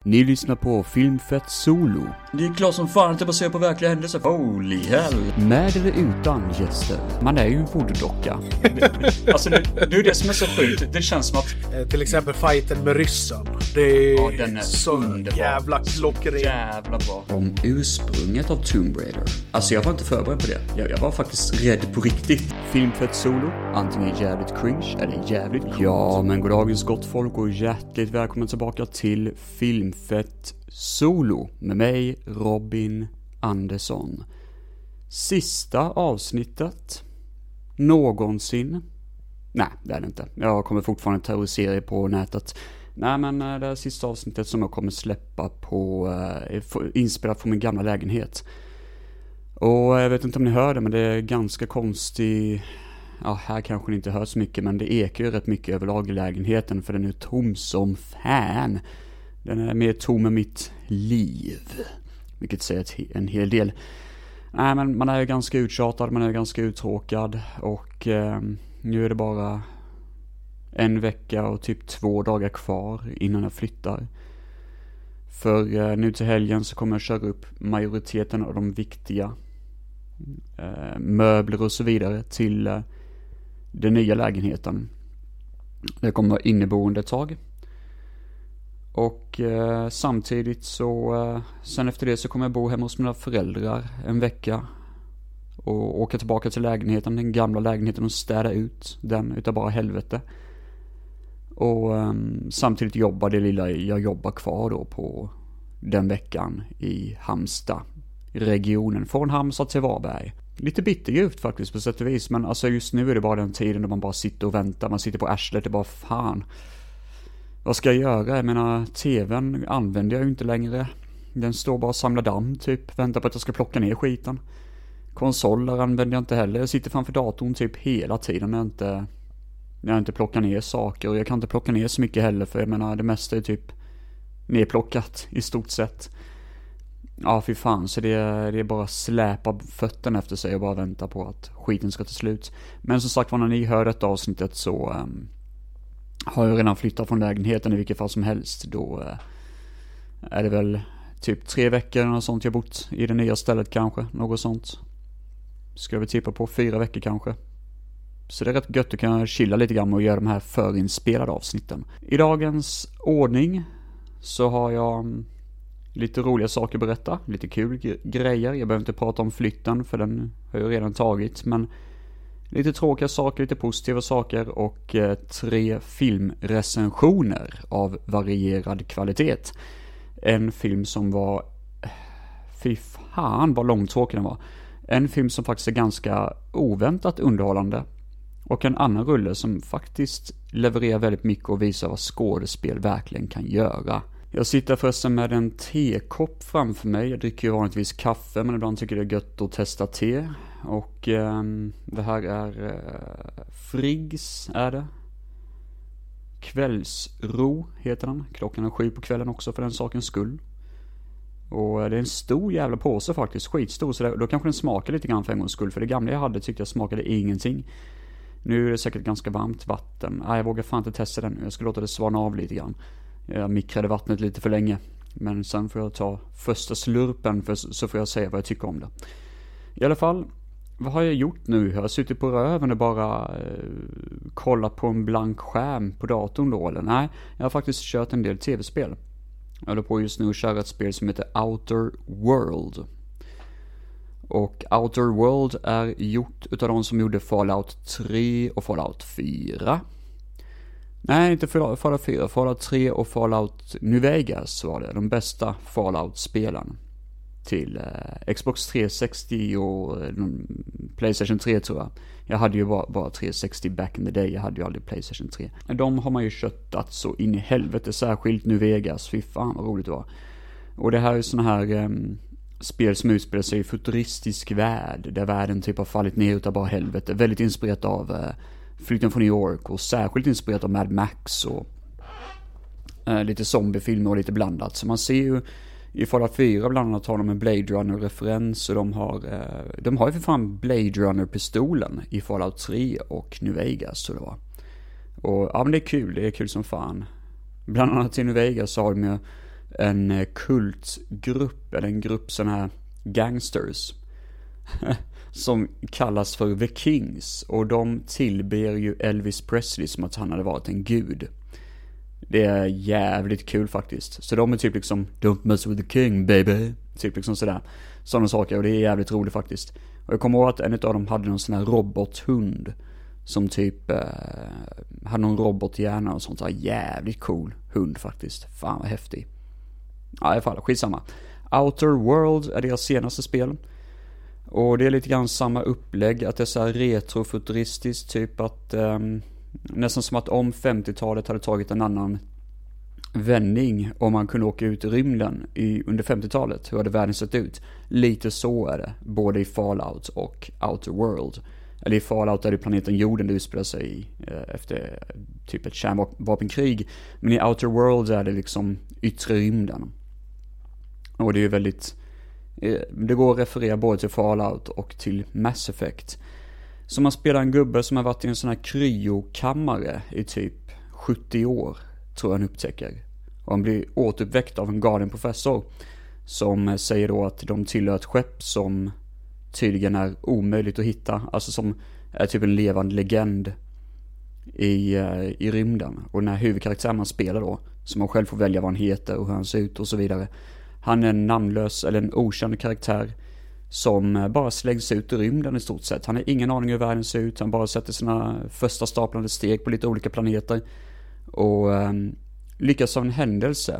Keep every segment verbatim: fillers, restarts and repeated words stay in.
Ni lyssnar på Filmfett Solo. Det är klart som fan att det baserar på verkliga händelser. Holy hell. Med eller utan gäster. Man är ju en voodoo-docka. Alltså det, det är det som är så sjukt. Det känns som att... Eh, till exempel fighten med ryssen. Det är, ja, den är så underbar. jävla klockren. Jävla bra. Om ursprunget av Tomb Raider. Alltså jag var inte förberedd på det. Jag, jag var faktiskt rädd på riktigt. Filmfett Solo. Antingen jävligt cringe eller jävligt coolt. Ja, men goddagens gott folk och hjärtligt välkommen tillbaka till Filmfett Solo med mig, Robin Andersson. Sista avsnittet någonsin. Nej, det är det inte. Jag kommer fortfarande terrorisera på nätet. Nej, men det är sista avsnittet som jag kommer släppa på eh, inspelat från min gamla lägenhet. Och jag vet inte om ni hör det, men det är ganska konstigt. Ja, här kanske ni inte hör så mycket, men det ekar ju rätt mycket överlag i lägenheten, för den är tom som fan. Den är mer tom än mitt liv, vilket säger en hel del. Nej, men man är ju ganska uttjatad, man är ganska uttråkad. Och eh, nu är det bara en vecka och typ två dagar kvar innan jag flyttar. För eh, nu till helgen så kommer jag köra upp majoriteten av de viktiga eh, möbler och så vidare till eh, den nya lägenheten. Det kommer vara inneboende ett tag. Och eh, samtidigt så eh, sen efter det så kommer jag bo hemma hos mina föräldrar en vecka. Och åka tillbaka till lägenheten, den gamla lägenheten, och städa ut den utav bara helvete. Och eh, samtidigt jobba det lilla jag jobbar kvar då på den veckan i Halmstad, i regionen från Halmstad till Varberg. Lite bitterljuvt faktiskt på sätt och vis, men alltså just nu är det bara den tiden då man bara sitter och väntar, man sitter på arslet, det är bara fan. Vad ska jag göra? Jag menar, tvn använder jag ju inte längre. Den står bara och samlar damm typ, väntar på att jag ska plocka ner skiten. Konsoler använder jag inte heller, jag sitter framför datorn typ hela tiden när jag inte, när jag inte plockar ner saker. Och jag kan inte plocka ner så mycket heller, för jag menar, det mesta är typ nedplockat i stort sett. Ja, fy fan, så det är, det är bara släpa fötterna efter sig och bara vänta på att skiten ska ta slut. Men som sagt, när ni hör detta avsnittet så um, har jag redan flyttat från lägenheten i vilket fall som helst. Då uh, är det väl typ tre veckor eller något sånt jag bott i det nya stället kanske, något sånt. Ska vi tippa på fyra veckor kanske. Så det är rätt gött att kunna chilla lite grann och göra de här förinspelade avsnitten. I dagens ordning så har jag lite roliga saker att berätta, lite kul grejer. Jag behöver inte prata om flytten för den har jag redan tagit, men lite tråkiga saker, lite positiva saker och eh, tre filmrecensioner av varierad kvalitet. En film som var, fy fan vad långtråkig den var. En film som faktiskt är ganska oväntat underhållande. Och en annan rulle som faktiskt levererar väldigt mycket och visar vad skådespel verkligen kan göra. Jag sitter förresten med en tekopp framför mig. Jag dricker ju vanligtvis kaffe, men ibland tycker jag det är gött att testa te. Och eh, det här är eh, Friggs är det. Kvällsro heter den. Klockan är sju på kvällen också för den sakens skull. Och det är en stor jävla påse faktiskt, skitstor. Så det, då kanske den smakar lite grann för en gångs skull. För det gamla jag hade tyckte jag smakade ingenting. Nu är det säkert ganska varmt vatten. Nej, jag vågar fan inte testa den nu. Jag ska låta det svalna av lite grann. Jag mikrade vattnet lite för länge. Men sen får jag ta första slurpen för, så får jag säga vad jag tycker om det. I alla fall, vad har jag gjort nu? Jag har suttit på röven och bara eh, kollat på en blank skärm på datorn då, eller? Nej, jag har faktiskt kört en del tv-spel. Jag håller på just nu att köra ett spel som heter Outer World. Och Outer World är gjort utav de som gjorde Fallout tre och Fallout fyra. Nej, inte Fallout fyra, Fallout tre och Fallout New Vegas var det. De bästa Fallout-spelen till eh, Xbox tre sextio och eh, PlayStation tre tror jag. Jag hade ju bara, bara tre sextio back in the day, jag hade ju aldrig PlayStation tre. De har man ju köttat så in i helvete, särskilt New Vegas, fy fan vad roligt det var. Och det här är såna här eh, spel som utspelar sig i futuristisk värld, där världen typ har fallit ner utav bara helvete. Väldigt inspirerat av eh, Flykten från New York och särskilt inspirerat av Mad Max och eh, lite zombiefilmer och lite blandat. Så man ser ju i Fallout fyra bland annat har de en Blade Runner-referens och de har, eh, de har ju för fan Blade Runner-pistolen i Fallout tre och New Vegas så det var. Och ja, men det är kul, det är kul som fan. Bland annat i New Vegas så har de ju en kultgrupp, eller en grupp sådana här gangsters som kallas för The Kings, och de tillber ju Elvis Presley som att han hade varit en gud. Det är jävligt kul faktiskt. Så de är typ liksom don't mess with the king baby, typ liksom sådär, sådana saker, och det är jävligt roligt faktiskt. Och jag kommer ihåg att en av dem hade någon sån här robothund som typ eh, hade någon robothjärna och sånt där. Jävligt cool hund faktiskt. Fan vad häftig. Ja, i alla fall, skitsamma. Outer World är deras senaste spel. Och det är lite grann samma upplägg, att det är så här retrofuturistiskt, typ att eh, nästan som att om femtiotalet hade tagit en annan vändning om man kunde åka ut i rymden i, under femtiotalet. Hur hade världen sett ut? Lite så är det, både i Fallout och Outer World. Eller i Fallout är det planeten jorden det utspelar sig i eh, efter typ ett kärnvapenkrig. Men i Outer World är det liksom yttre rymden. Och det är ju väldigt... Eh, det går att referera både till Fallout och till Mass Effect. Så man spelar en gubbe som har varit i en sån här kryokammare i typ sjuttio år, tror jag han upptäcker. Och han blir återuppväckt av en galen professor som säger då att de tillhör ett skepp som tydligen är omöjligt att hitta. Alltså som är typ en levande legend i, i rymden. Och den här huvudkaraktären man spelar då, som man själv får välja vad han heter och hur han ser ut och så vidare. Han är en namnlös eller en okänd karaktär som bara slängs ut i rymden i stort sett. Han har ingen aning hur världen ser ut. Han bara sätter sina första staplande steg på lite olika planeter. Och um, lyckas av en händelse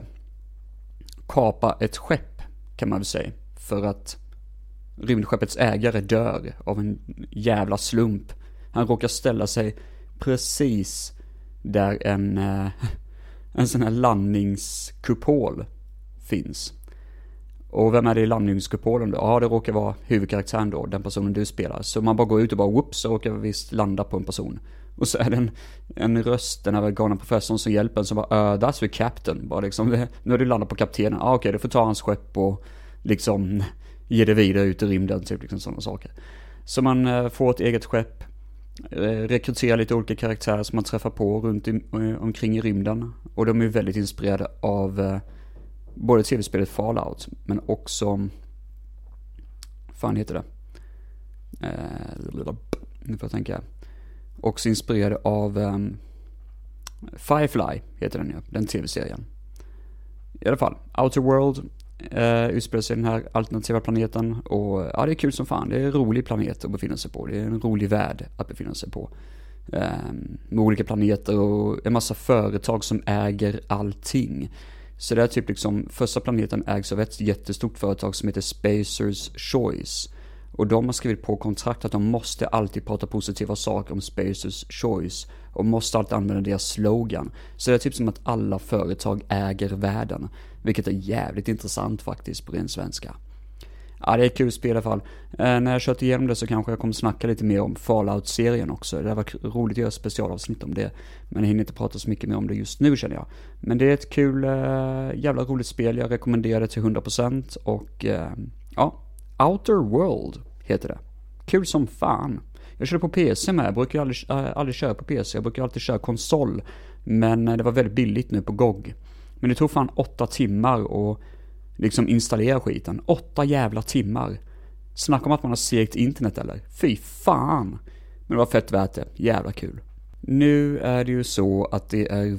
kapa ett skepp, kan man väl säga. För att rymdskeppets ägare dör av en jävla slump. Han råkar ställa sig precis där en, uh, en sån här landningskupol finns. Och vem är det i landningskupolen då? Ja, det råkar vara huvudkaraktären då, den personen du spelar. Så man bara går ut och bara whoops, så råkar visst landa på en person. Och så är det en, en röst, den här galna professorn som hjälper en, som bara, uh, that's the captain. Bara liksom, nu har du landat på kaptenen. Ja, ah, okej, okay, du får ta hans skepp och liksom ge det vidare ut i rymden, typ liksom sådana saker. Så man uh, får ett eget skepp, uh, rekryterar lite olika karaktärer som man träffar på runt i, uh, omkring i rymden. Och de är väldigt inspirerade av... Uh, både tv-spelet Fallout, men också... fan heter det? Eh, nu får jag tänka. Också inspirerad av um, Firefly, heter den ju, den tv-serien. I alla fall, Outer World eh, utspelar sig i den här alternativa planeten. Och ja, det är kul som fan. Det är en rolig planet att befinna sig på. Det är en rolig värld att befinna sig på. Eh, med olika planeter och en massa företag som äger allting. Så det är typ liksom, första planeten ägs av ett jättestort företag som heter Spacers Choice. Och de har skrivit på kontrakt att de måste alltid prata positiva saker om Spacers Choice. Och måste alltid använda deras slogan. Så det är typ som att alla företag äger världen. Vilket är jävligt intressant faktiskt på ren svenska. Ja, det är ett kul spel i alla fall. Eh, när jag kört igenom det så kanske jag kommer snacka lite mer om Fallout-serien också. Det var roligt att göra specialavsnitt om det. Men jag hinner inte prata så mycket mer om det just nu, känner jag. Men det är ett kul, eh, jävla roligt spel. Jag rekommenderar det till hundra procent. Och eh, ja, Outer World heter det. Kul som fan. Jag kör på P C med. Jag brukar aldrig, äh, aldrig köra på P C. Jag brukar alltid köra konsol. Men eh, det var väldigt billigt nu på G O G. Men det tog fan åtta timmar och liksom installera skiten. Åtta jävla timmar. Snacka om att man har segt internet eller? Fy fan. Men det var fett värt det. Jävla kul. Nu är det ju så att det är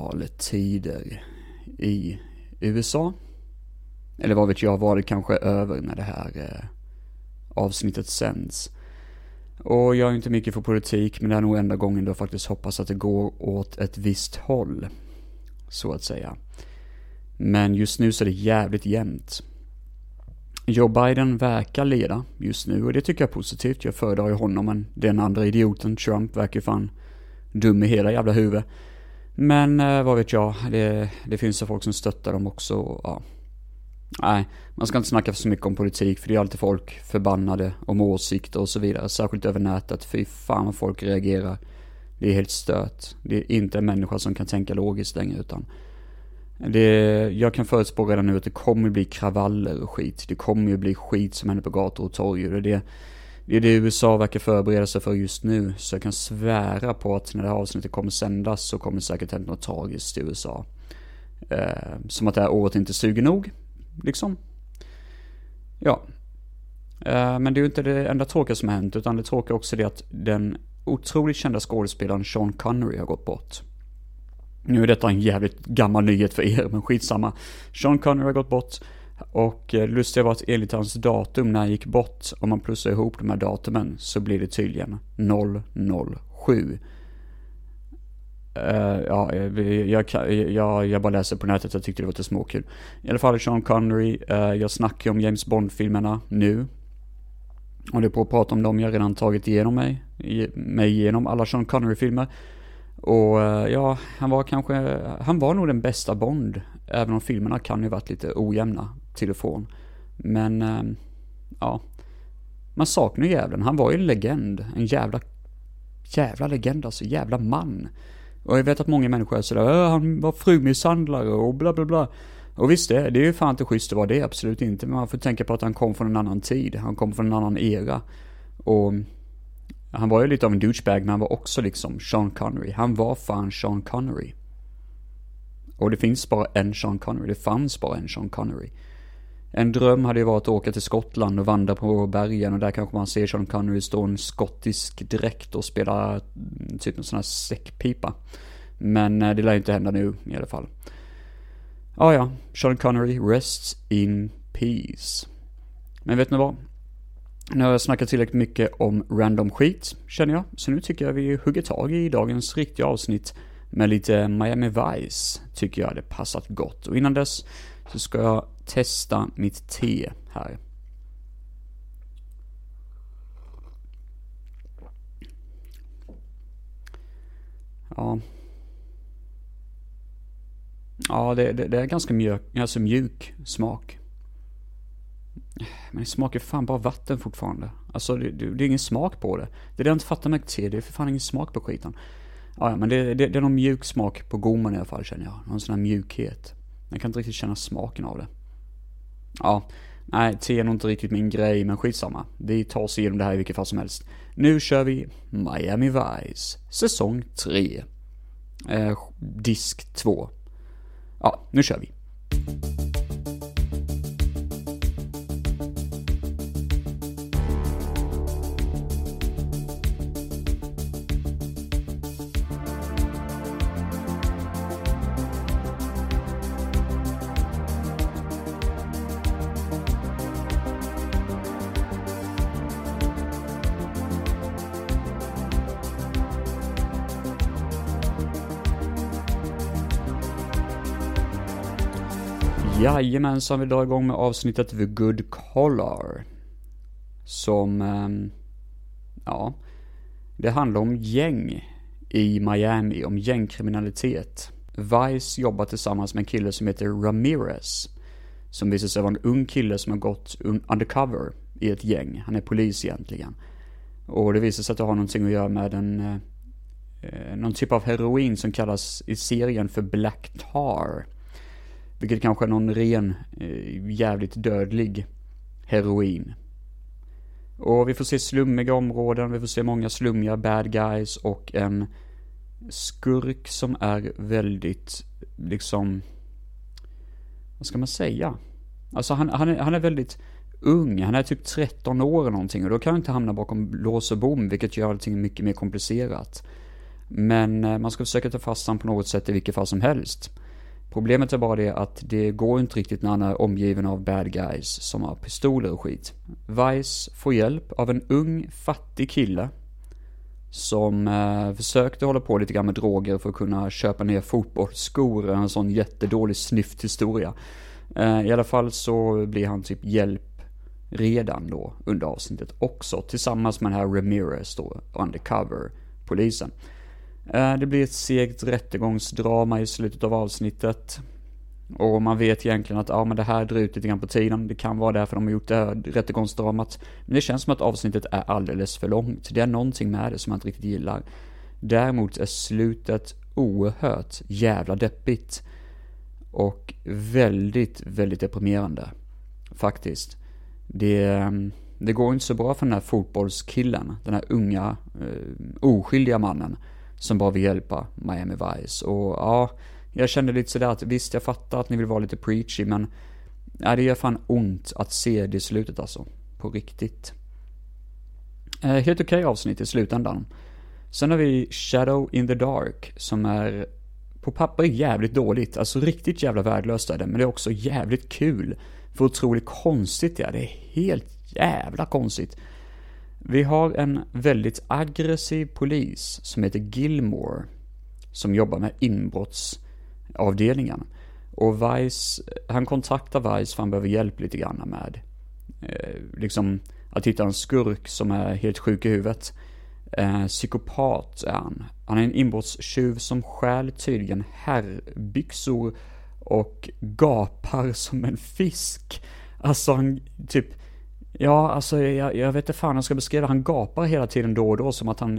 valtider i U S A. Eller vad vet jag, var det kanske över när det här eh, avsnittet sänds. Och jag är inte mycket för politik, men det är nog enda gången då faktiskt hoppas att det går åt ett visst håll. Så att säga. Men just nu så är det jävligt jämnt. Joe Biden verkar leda just nu och det tycker jag är positivt. Jag föredrar ju honom, men den andra idioten Trump verkar ju fan dum i hela jävla huvud. Men eh, vad vet jag, det, det finns ju folk som stöttar dem också. Och, ja. Nej, man ska inte snacka för så mycket om politik, för det är alltid folk förbannade om åsikter och så vidare. Särskilt över nätet, fy fan vad folk reagerar. Det är helt stört. Det är inte en människa som kan tänka logiskt längre, utan det, jag kan förutspå redan nu att det kommer bli kravaller och skit. Det kommer ju bli skit som händer på gator och torg. Det är det, det är det U S A verkar förbereda sig för just nu. Så jag kan svära på att när det här avsnittet kommer sändas så kommer det säkert hända något tragiskt i U S A. Eh, som att det här året inte suger nog, liksom. Ja. Eh, men det är ju inte det enda tråkiga som har hänt, utan det tråkiga också är att den otroligt kända skådespelaren Sean Connery har gått bort. Nu är detta en jävligt gammal nyhet för er, men skitsamma. Sean Connery har gått bort. Och eh, lustigt var att enligt hans datum när han gick bort, om man plussar ihop de här datumen, så blir det tydligen noll noll sju. Uh, ja, jag, jag, jag bara läser på nätet, jag tyckte det var lite småkul. I alla fall Sean Connery, uh, jag snackar om James Bond-filmerna nu. Och det är på att prata om dem, jag har redan tagit igenom mig, mig igenom alla Sean Connery-filmer. Och uh, ja, han var kanske, han var nog den bästa Bond, även om filmerna kan ju varit lite ojämna till och från. Men uh, ja, man saknar jävlen, han var ju en legend, en jävla, jävla legend alltså, jävla man. Och jag vet att många människor är sådär, han var frumisshandlare och bla bla bla. Och visst det, det är ju fan inte schysst att vara det, absolut inte. Men man får tänka på att han kom från en annan tid, han kom från en annan era. Och han var ju lite av en douchebag, men han var också liksom Sean Connery. Han var fan Sean Connery. Och det finns bara en Sean Connery, det fanns bara en Sean Connery. En dröm hade ju varit att åka till Skottland och vandra på bergen, och där kanske man ser Sean Connery stå en skottisk dräkt och spela typ en sån här säckpipa. Men det lär inte hända nu i alla fall. Ja, ja, Sean Connery rests in peace. Men vet ni vad? Nu har jag snackat tillräckligt mycket om random skit, känner jag. Så nu tycker jag vi hugger tag i dagens riktiga avsnitt med lite Miami Vice. Tycker jag det passat gott. Och innan dess så ska jag testa mitt te här. Ja. Ja, det, det, det är ganska mjuk, alltså mjuk smak. Men det smakar fan bara vatten fortfarande. Alltså det, det, det är ingen smak på det. Det är det jag inte fattar med te, det är för fan ingen smak på skiten. Ja, ja men det, det, det är någon mjuk smak på gommen i alla fall, känner jag. Någon sån här mjukhet. Jag kan inte riktigt känna smaken av det. Ja, nej, te är nog inte riktigt min grej, men skitsamma. Vi tar oss igenom det här i vilket fall som helst. Nu kör vi Miami Vice, säsong tre. Eh, disk två. Ja, nu kör vi. Jajamensan, vi drar igång med avsnittet The Good Color. Som, eh, ja, det handlar om gäng i Miami, om gängkriminalitet. Vice jobbar tillsammans med en kille som heter Ramirez. Som visar sig vara en ung kille som har gått undercover i ett gäng. Han är polis egentligen. Och det visar sig att det har någonting att göra med en, eh, någon typ av heroin som kallas i serien för Black Tar. Vilket kanske är någon ren, eh, jävligt dödlig heroin. Och vi får se slummiga områden, vi får se många slummiga bad guys och en skurk som är väldigt, liksom, vad ska man säga? Alltså han, han, är, han är väldigt ung, han är typ tretton år eller någonting, och då kan han inte hamna bakom lås och bom, vilket gör allting mycket mer komplicerat. Men eh, man ska försöka ta fast han på något sätt i vilket fall som helst. Problemet är bara det att det går inte riktigt när han är omgiven av bad guys som har pistoler och skit. Vice får hjälp av en ung, fattig kille som eh, försökte hålla på lite grann med droger för att kunna köpa ner fotbollsskor. En sån jättedålig snyfthistoria. Eh, I alla fall så blir han typ hjälp redan då under avsnittet också. Tillsammans med den här Ramirez då, undercover-polisen. Det blir ett segt rättegångsdrama i slutet av avsnittet. Och man vet egentligen att ja, men det här drar ut lite grann på tiden. Det kan vara därför de har gjort det här rättegångsdramat. Men det känns som att avsnittet är alldeles för långt. Det är någonting med det som man inte riktigt gillar. Däremot är slutet oerhört jävla deppigt. Och väldigt, väldigt deprimerande. Faktiskt. Det, det går inte så bra för den här fotbollskillen. Den här unga, uh, oskyldiga mannen. Som bara vill hjälpa Miami Vice. Och ja, jag kände lite sådär att visst, jag fattar att ni vill vara lite preachy, men ja, det gör fan ont att se det i slutet alltså. På riktigt. Eh, helt okej okay avsnitt i slutändan. Sen har vi Shadow in the Dark, som är på papper jävligt dåligt. Alltså riktigt jävla värdelöst är det, men det är också jävligt kul. För otroligt konstigt, ja. Det är helt jävla konstigt. Vi har en väldigt aggressiv polis som heter Gilmore, som jobbar med inbrottsavdelningen. Och Vice, han kontaktar Vice för han behöver hjälp lite grann med eh, liksom att hitta en skurk som är helt sjuk i huvudet. Eh, psykopat är han. Han är en inbrottstjuv som stjäl tydligen herrbyxor och gapar som en fisk. Alltså han typ, ja alltså jag, jag vet inte fan jag ska beskriva. Han gapar hela tiden då och då som att han,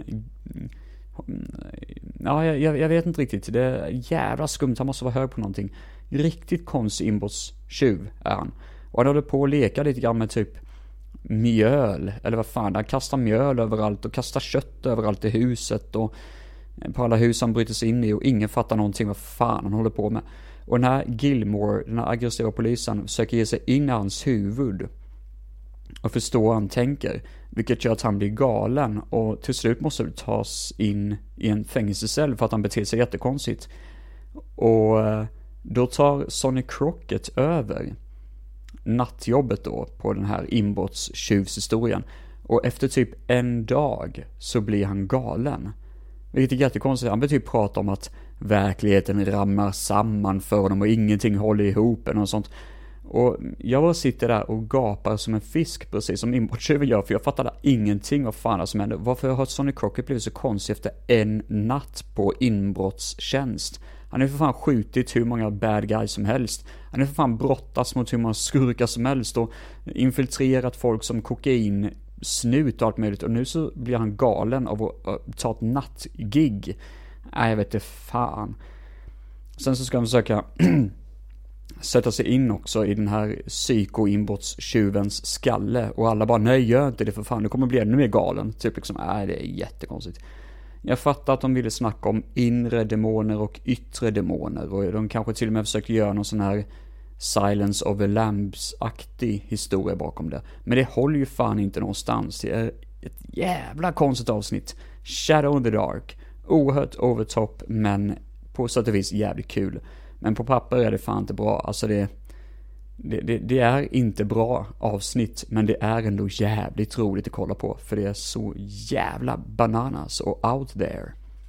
ja jag, jag vet inte riktigt. Det är jävla skumt, han måste vara hög på någonting. Riktigt konstig inbrottstjuv är han. Och han håller på att leka lite grann med typ mjöl, eller vad fan, han kastar mjöl överallt och kastar kött överallt i huset och på alla hus han bryter sig in i och ingen fattar någonting vad fan han håller på med. Och den här Gilmore, den här aggressiva polisen, försöker ge sig in i hans huvud och förstå vad han tänker, vilket gör att han blir galen och till slut måste det tas in i en fängelsecell för att han beter sig jättekonstigt. Och då tar Sonny Crockett över nattjobbet då på den här inbrottstjuvshistorien. Och efter typ en dag så blir han galen. Vilket är jättekonstigt. Han börjar typ prata om att verkligheten ramlar samman för honom och ingenting håller ihop eller något sånt. Och jag bara sitter där och gapar som en fisk, precis som inbrottstjuven gör, för jag fattade ingenting vad fan som hände. Varför har Sonny Crockett blivit så konstig efter en natt på inbrottstjänst? Han har för fan skjutit hur många bad guys som helst. Han har för fan brottats mot hur många skurkar som helst och infiltrerat folk som kokain, snut och allt möjligt. Och nu så blir han galen av att uh, ta ett nattgig. Nej, jag vet inte fan. Sen så ska han försöka sätta sig in också i den här psyko-inbrottstjuvens skalle. Och alla bara, nej gör inte det för fan, du kommer bli ännu mer galen. Typ liksom, nej det är jättekonstigt. Jag fattar att de ville snacka om inre demoner och yttre demoner. Och de kanske till och med försökte göra någon sån här Silence of the Lambs-aktig historia bakom det. Men det håller ju fan inte någonstans. Det är ett jävla konstigt avsnitt. Shadow in the Dark. Oerhört overtop, men på sätt och vis jävligt kul. Men på papper är det fan inte bra. Alltså det, det, det, det är inte bra avsnitt, men det är ändå jävligt roligt att kolla på. För det är så jävla bananas och out there.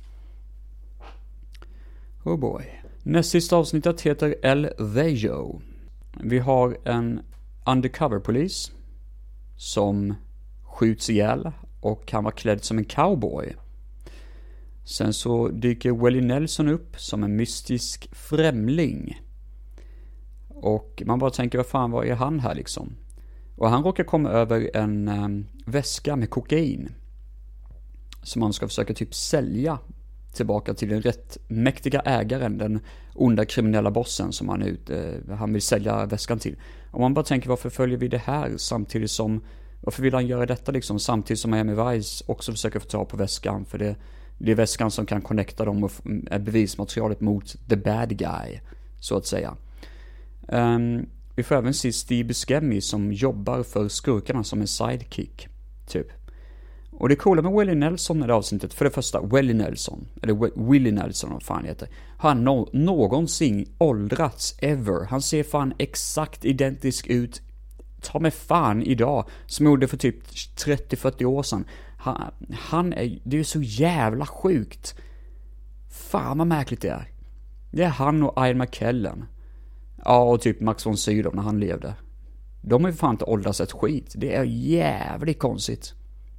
Oh boy. Näst sista avsnittet heter El Vejo. Vi har en undercover-polis som skjuts ihjäl och han var klädd som en cowboy. Sen så dyker Willie Nelson upp som en mystisk främling. Och man bara tänker, vad fan, vad är han här liksom? Och han råkar komma över en um, väska med kokain som man ska försöka typ sälja tillbaka till den rätt mäktiga ägaren, den onda kriminella bossen som han, ut, eh, han vill sälja väskan till. Och man bara tänker, varför följer vi det här samtidigt som, varför vill han göra detta liksom samtidigt som Miami Vice också försöker få ta på väskan, för det, det är väskan som kan connecta dem och är bevismaterialet mot the bad guy, så att säga. Um, vi får även se Steve Buscemi som jobbar för skurkarna som en sidekick, typ. Och det coola med Willie Nelson i det avsnittet, för det första, Willie Nelson, eller Willie Nelson, vad fan heter, han no- någonsin åldrats ever. Han ser fan exakt identisk ut, ta mig fan idag, som gjorde för typ trettio till fyrtio år sedan. Han, han är, det är så jävla sjukt. Fan vad märkligt det är. Det är han och Ian McKellen. Ja, och typ Max von Sydow när han levde. De har ju fan inte åldrats ett skit. Det är jävligt konstigt.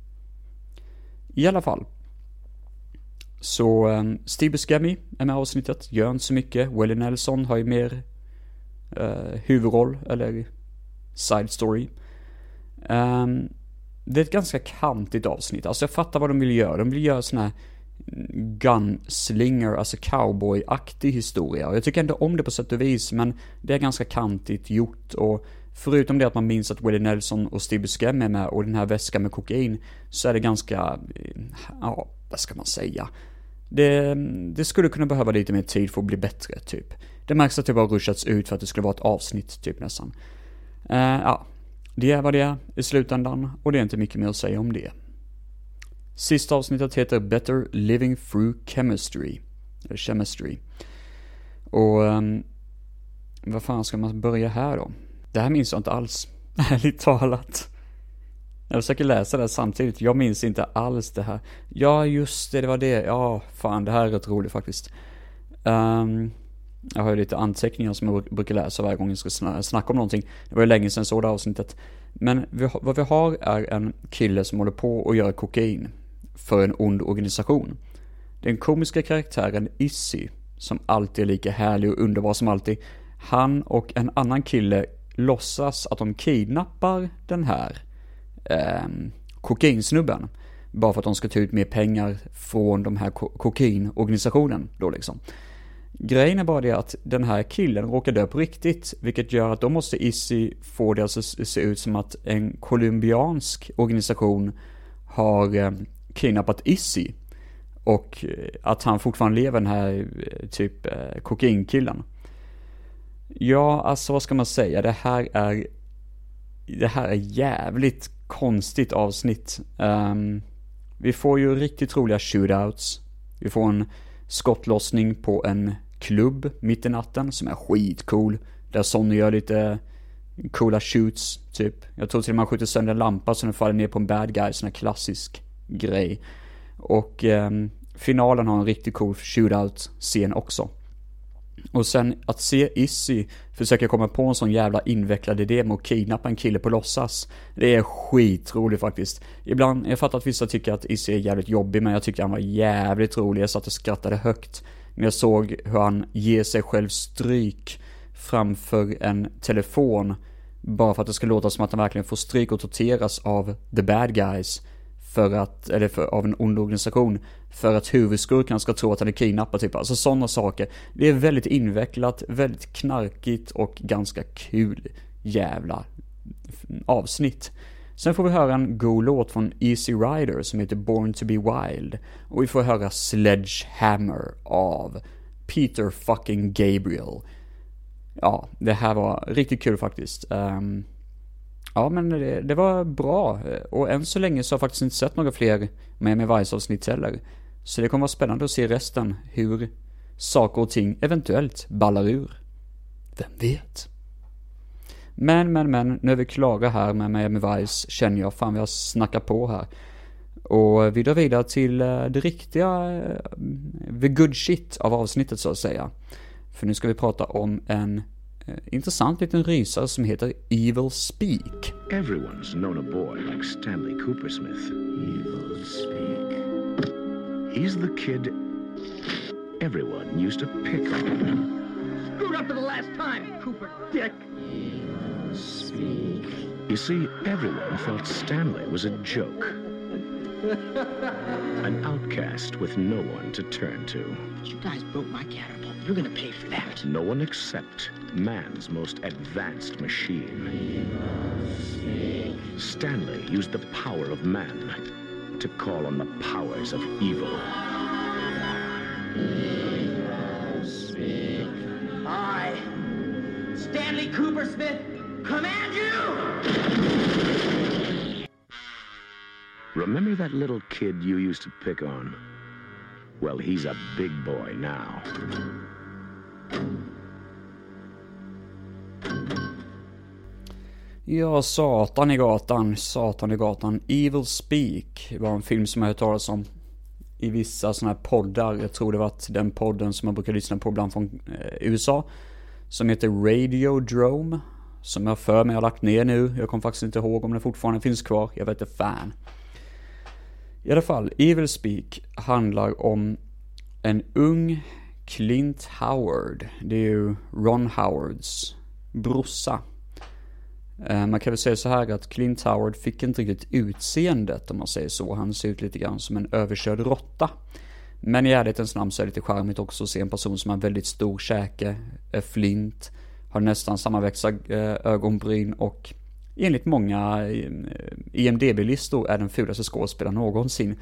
I alla fall. Så um, Steve Buscemi är med i avsnittet. Gör inte så mycket. Willie Nelson har ju mer uh, huvudroll. Eller side story. Um, det är ett ganska kantigt avsnitt. Alltså jag fattar vad de vill göra. De vill göra sån här gunslinger, alltså cowboy-aktig historia. Och jag tycker ändå om det på sätt och vis, men det är ganska kantigt gjort. Och förutom det att man minns att Willie Nelson och Steve Buscemi är med och den här väskan med kokain, så är det ganska, ja, vad ska man säga? Det, det skulle kunna behöva lite mer tid för att bli bättre, typ. Det märks att det bara ruschats ut för att det skulle vara ett avsnitt, typ nästan. Uh, ja, det är vad det är i slutändan, och det är inte mycket mer att säga om det. Sista avsnittet heter Better Living Through Chemistry. Eller Chemistry. Och um, vad fan ska man börja här då? Det här minns jag inte alls, ärligt talat. Jag försöker läsa det samtidigt. Jag minns inte alls det här. Ja, just det, det var det. Ja, fan, det här är rätt roligt faktiskt. Um, jag har ju lite anteckningar som jag brukar läsa varje gång jag ska sn- snacka om någonting. Det var ju länge sedan så det avsnittet. Men vi, vad vi har är en kille som håller på och gör kokain för en ond organisation. Den komiska karaktären Izzy, som alltid är lika härlig och underbar som alltid. Han och en annan kille låtsas att de kidnappar den här eh, kokainsnubben. Bara för att de ska ta ut mer pengar från de här ko- kokainorganisationen då liksom. Grejen är bara det att den här killen råkar dö på riktigt, vilket gör att då måste Izzy få det att se ut som att en colombiansk organisation har eh, kidnappat Izzy. Och att han fortfarande lever, den här typ eh, kokainkillen. Ja, alltså vad ska man säga? Det här är det här är jävligt konstigt avsnitt. Um, vi får ju riktigt roliga shootouts. Vi får en skottlossning på en klubb mitt i natten som är skitcool. Där Sonny gör lite coola shoots typ. Jag tror till och med han skjuter sönder en lampa så den faller ner på en bad guy. Sån här klassisk grej. Och um, finalen har en riktigt cool shootout-scen också. Och sen att se Izzy försöka komma på en sån jävla invecklad idé med att kidnappa en kille på låtsas. Det är skitroligt faktiskt. Ibland, jag fattar att vissa tycker att Izzy är jävligt jobbig, men jag tyckte han var jävligt rolig. Jag satt och skrattade högt när jag såg hur han ger sig själv stryk framför en telefon. Bara för att det ska låta som att han verkligen får stryk och torteras av the bad guys. För att, eller för, av en ond organisation. För att huvudskurken ska tro att han är kidnappad typ. Alltså sådana saker. Det är väldigt invecklat, väldigt knarkigt och ganska kul jävla avsnitt. Sen får vi höra en god låt från Easy Rider som heter Born to be Wild. Och vi får höra Sledgehammer av Peter fucking Gabriel. Ja, det här var riktigt kul faktiskt. Um, Ja, men det, det var bra. Och än så länge så har jag faktiskt inte sett några fler med med Vice-avsnitt heller. Så det kommer vara spännande att se resten. Hur saker och ting eventuellt ballar ur. Vem vet? Men, men, men. Nu är vi klara här med med, med Vice. Känner jag. Fan, vi har snackat på här. Och vi drar vidare till det riktiga the good shit av avsnittet så att säga. För nu ska vi prata om en intressant liten rysare som heter Evil Speak. Everyone's known a boy like Stanley Coopersmith. Evil Speak. He's the kid everyone used to pick on. Screwed up for the last time, Cooper Dick. Evil Speak. You see, everyone felt Stanley was a joke. An outcast with no one to turn to. You guys broke my catapult. You're gonna pay for that. No one except man's most advanced machine. Stanley used the power of man to call on the powers of evil. I, Stanley Coopersmith, command you! Remember that little kid you used to pick on? Well, he's a big boy now. Ja, Satan i gatan, Satan i gatan. Evil Speak var en film som jag hört talas om i vissa såna här poddar. Jag tror det var den podden som man brukar lyssna på ibland från eh, U S A. Som heter Radiodrome. Som jag för mig har lagt ner nu. Jag kommer faktiskt inte ihåg om den fortfarande finns kvar. Jag vet inte fan. I alla fall, Evil Speak handlar om en ung Clint Howard. Det är ju Ron Howards brorsa. Man kan väl säga så här att Clint Howard fick inte riktigt utseendet om man säger så. Han ser ut lite grann som en överkörd råtta. Men i ärlighetens namn så är det lite charmigt också att se en person som har väldigt stor käke, är flint, har nästan sammanväxta ögonbryn och enligt många I M D B-listor är den fulaste skådespelaren någonsin.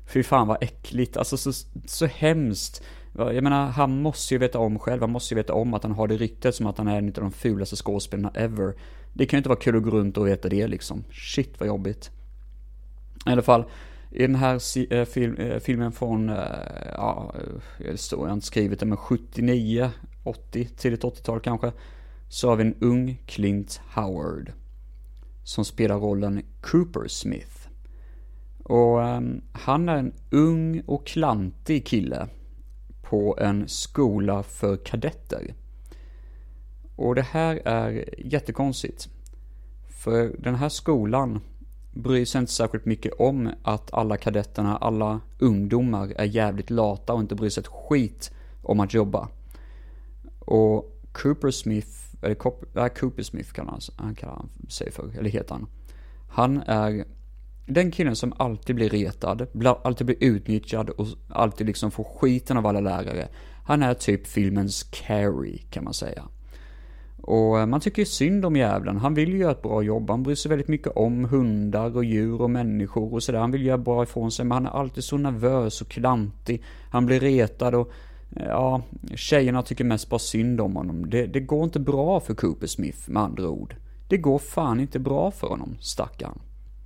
Fy fan vad äckligt, alltså så, så hemskt. Jag menar, han måste ju veta om själv, han måste ju veta om att han har det ryktet som att han är en av de fulaste skådespelarna ever. Det kan ju inte vara kul att gå runt och veta det liksom. Shit vad jobbigt. I alla fall, i den här äh, film, äh, filmen från, äh, ja, det står jag inte skrivit det, men sjuttionio, åttio, tidigt åttiotal kanske, så har vi en ung Clint Howard som spelar rollen Cooper Smith. Och um, han är en ung och klantig kille på en skola för kadetter. Och det här är jättekonstigt. För den här skolan bryr sig inte särskilt mycket om att alla kadetterna, alla ungdomar är jävligt lata och inte bryr sig ett skit om att jobba. Och Cooper Smith, eller Cooper, Cooper Smith kan han, han kallar han sig för, eller heter han. Han är den killen som alltid blir retad, alltid blir utnyttjad och alltid liksom får skiten av alla lärare. Han är typ filmens Carrie, kan man säga. Och man tycker synd om jävlen. Han vill ju göra ett bra jobb. Han bryr sig väldigt mycket om hundar och djur och människor och sådär. Han vill göra bra ifrån sig, men han är alltid så nervös och klantig. Han blir retad och ja, tjejerna tycker mest bara synd om honom. Det, det går inte bra för Cooper Smith, med andra ord. Det går fan inte bra för honom, stackarn.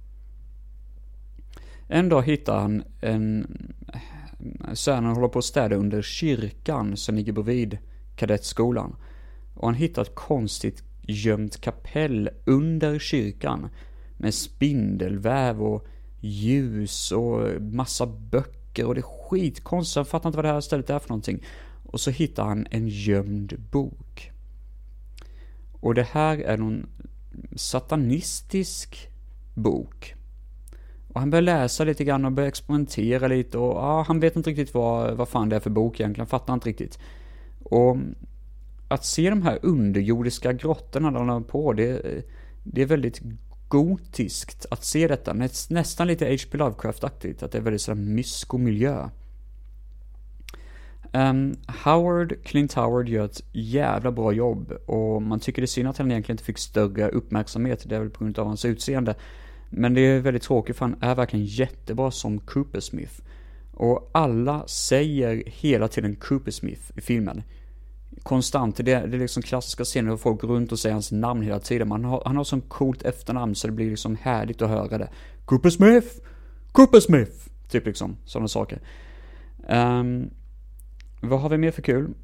En dag hittar han en... Sönen håller på att städa under kyrkan som ligger bredvid kadettskolan. Och han hittar ett konstigt gömt kapell under kyrkan. Med spindelväv och ljus och massa böcker. Och det är skitkonstigt. Han fattar inte vad det här stället är för någonting. Och så hittar han en gömd bok. Och det här är någon satanistisk bok. Och han börjar läsa lite grann och börjar experimentera lite. Och ja, han vet inte riktigt vad, vad fan det är för bok egentligen. Fattar inte riktigt. Och att se de här underjordiska grottorna där han har på, det, det är väldigt gotiskt att se detta. Nästan lite H P Lovecraft-aktigt. Att det är väldigt sådär mysko miljö. Um, Howard, Clint Howard gör ett jävla bra jobb. Och man tycker det är synd att han egentligen inte fick större uppmärksamhet. Det är väl på grund av hans utseende. Men det är väldigt tråkigt för han är verkligen jättebra som Cooper Smith. Och alla säger hela tiden Cooper Smith i filmen. Konstant, det är, det är liksom klassiska scener där folk går runt och säger hans namn hela tiden. Man har, han har sån coolt efternamn så det blir liksom härligt att höra det. Cooper Smith! Cooper Smith! Typ liksom, sådana saker. Um, vad har vi mer för kul?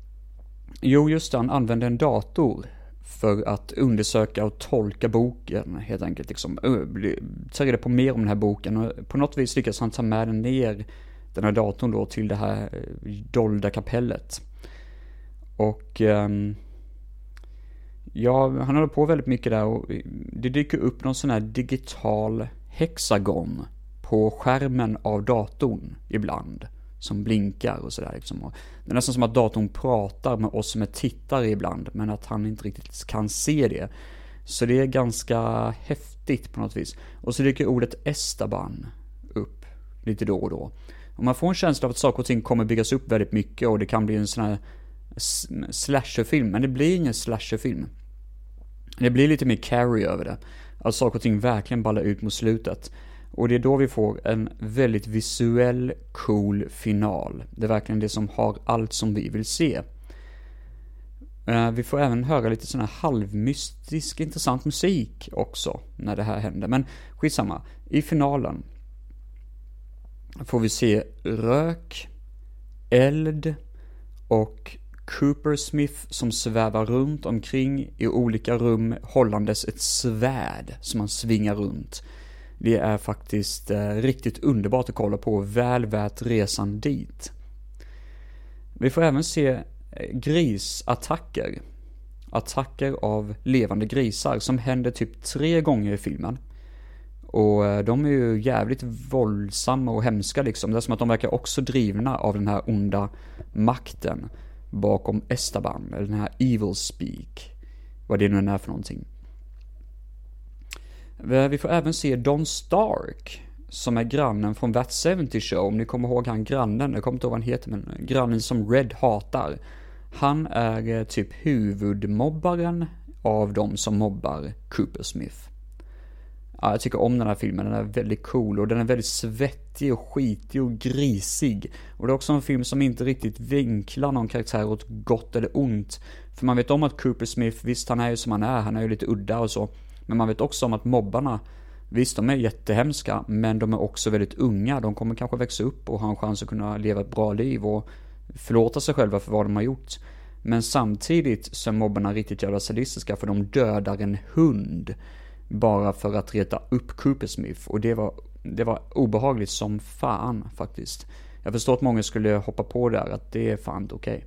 Jo, just det, han använde en dator för att undersöka och tolka boken, helt enkelt liksom, ta reda på mer om den här boken, och på något vis lyckas han ta med den ner, den här datorn då, till det här dolda kapellet. Och um, ja, han håller på väldigt mycket där, och det dyker upp någon sån här digital hexagon på skärmen av datorn ibland, som blinkar och sådär liksom. Och det är nästan som att datorn pratar med oss som är tittare ibland, men att han inte riktigt kan se det. Så det är ganska häftigt på något vis. Och så dyker ordet Esteban upp lite då och då. Och man får en känsla av att saker och ting kommer byggas upp väldigt mycket, och det kan bli en sån här slasherfilm. Men det blir ingen slasherfilm. Det blir lite mer Carrie över det. Att saker och ting verkligen ballar ut mot slutet. Och det är då vi får en väldigt visuell, cool final. Det är verkligen det som har allt som vi vill se. Uh, vi får även höra lite sån här halvmystisk, intressant musik också när det här händer. Men skitsamma. I finalen får vi se rök, eld och Cooper Smith som svävar runt omkring i olika rum hållandes ett svärd som han svingar runt. Det är faktiskt eh, riktigt underbart att kolla på, väl värt resan dit. Vi får även se grisattacker. Attacker av levande grisar som händer typ tre gånger i filmen. Och eh, de är ju jävligt våldsamma och hemska liksom. Det är som att de verkar också drivna av den här onda makten bakom Esteban, eller den här Evil Speak. Vad det nu är för någonting. Vi får även se Don Stark, som är grannen från That seventy Show. Om ni kommer ihåg han grannen, jag kommer inte ihåg vad han heter, men grannen som Red hatar. Han är typ huvudmobbaren av de som mobbar Cooper Smith. Ja, jag tycker om den här filmen, den är väldigt cool och den är väldigt svettig och skitig och grisig. Och det är också en film som inte riktigt vinklar någon karaktär åt gott eller ont. För man vet om att Cooper Smith, visst han är ju som han är, han är ju lite udda och så. Men man vet också om att mobbarna, visst de är jättehemska, men de är också väldigt unga. De kommer kanske växa upp och ha en chans att kunna leva ett bra liv och förlåta sig själva för vad de har gjort. Men samtidigt så är mobbarna riktigt jävla sadistiska, för de dödar en hund bara för att reta upp Cooper Smith. Och det var, det var obehagligt som fan faktiskt. Jag förstår att många skulle hoppa på där, att det är fan inte okej.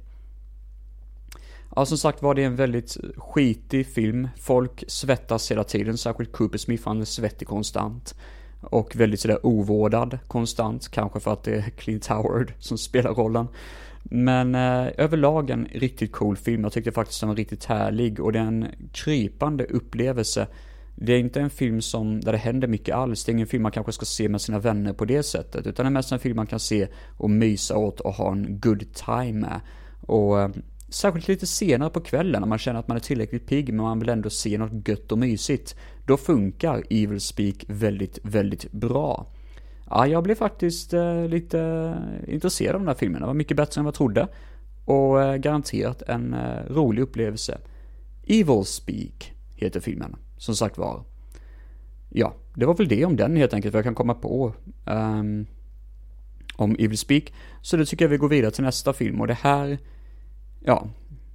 Ja, som sagt var det en väldigt skitig film. Folk svettas hela tiden, särskilt Cooper Smith, han är svettig konstant. Och väldigt sådär ovårdad konstant, kanske för att det är Clint Howard som spelar rollen. Men eh, överlag en riktigt cool film. Jag tyckte faktiskt den var riktigt härlig och det är en krypande upplevelse. Det är inte en film som, där det händer mycket alls. Det är ingen film man kanske ska se med sina vänner på det sättet. Utan det är mest en film man kan se och mysa åt och ha en good time med. Och eh, särskilt lite senare på kvällen när man känner att man är tillräckligt pigg men man vill ändå se något gött och mysigt. Då funkar Evil Speak väldigt, väldigt bra. Ja, jag blev faktiskt eh, lite intresserad av den här filmen. Det var mycket bättre än vad jag trodde. Och eh, garanterat en eh, rolig upplevelse. Evil Speak heter filmen, som sagt var. Ja, det var väl det om den helt enkelt. För jag kan komma på um, om Evil Speak. Så då tycker jag vi går vidare till nästa film. Och det här, ja,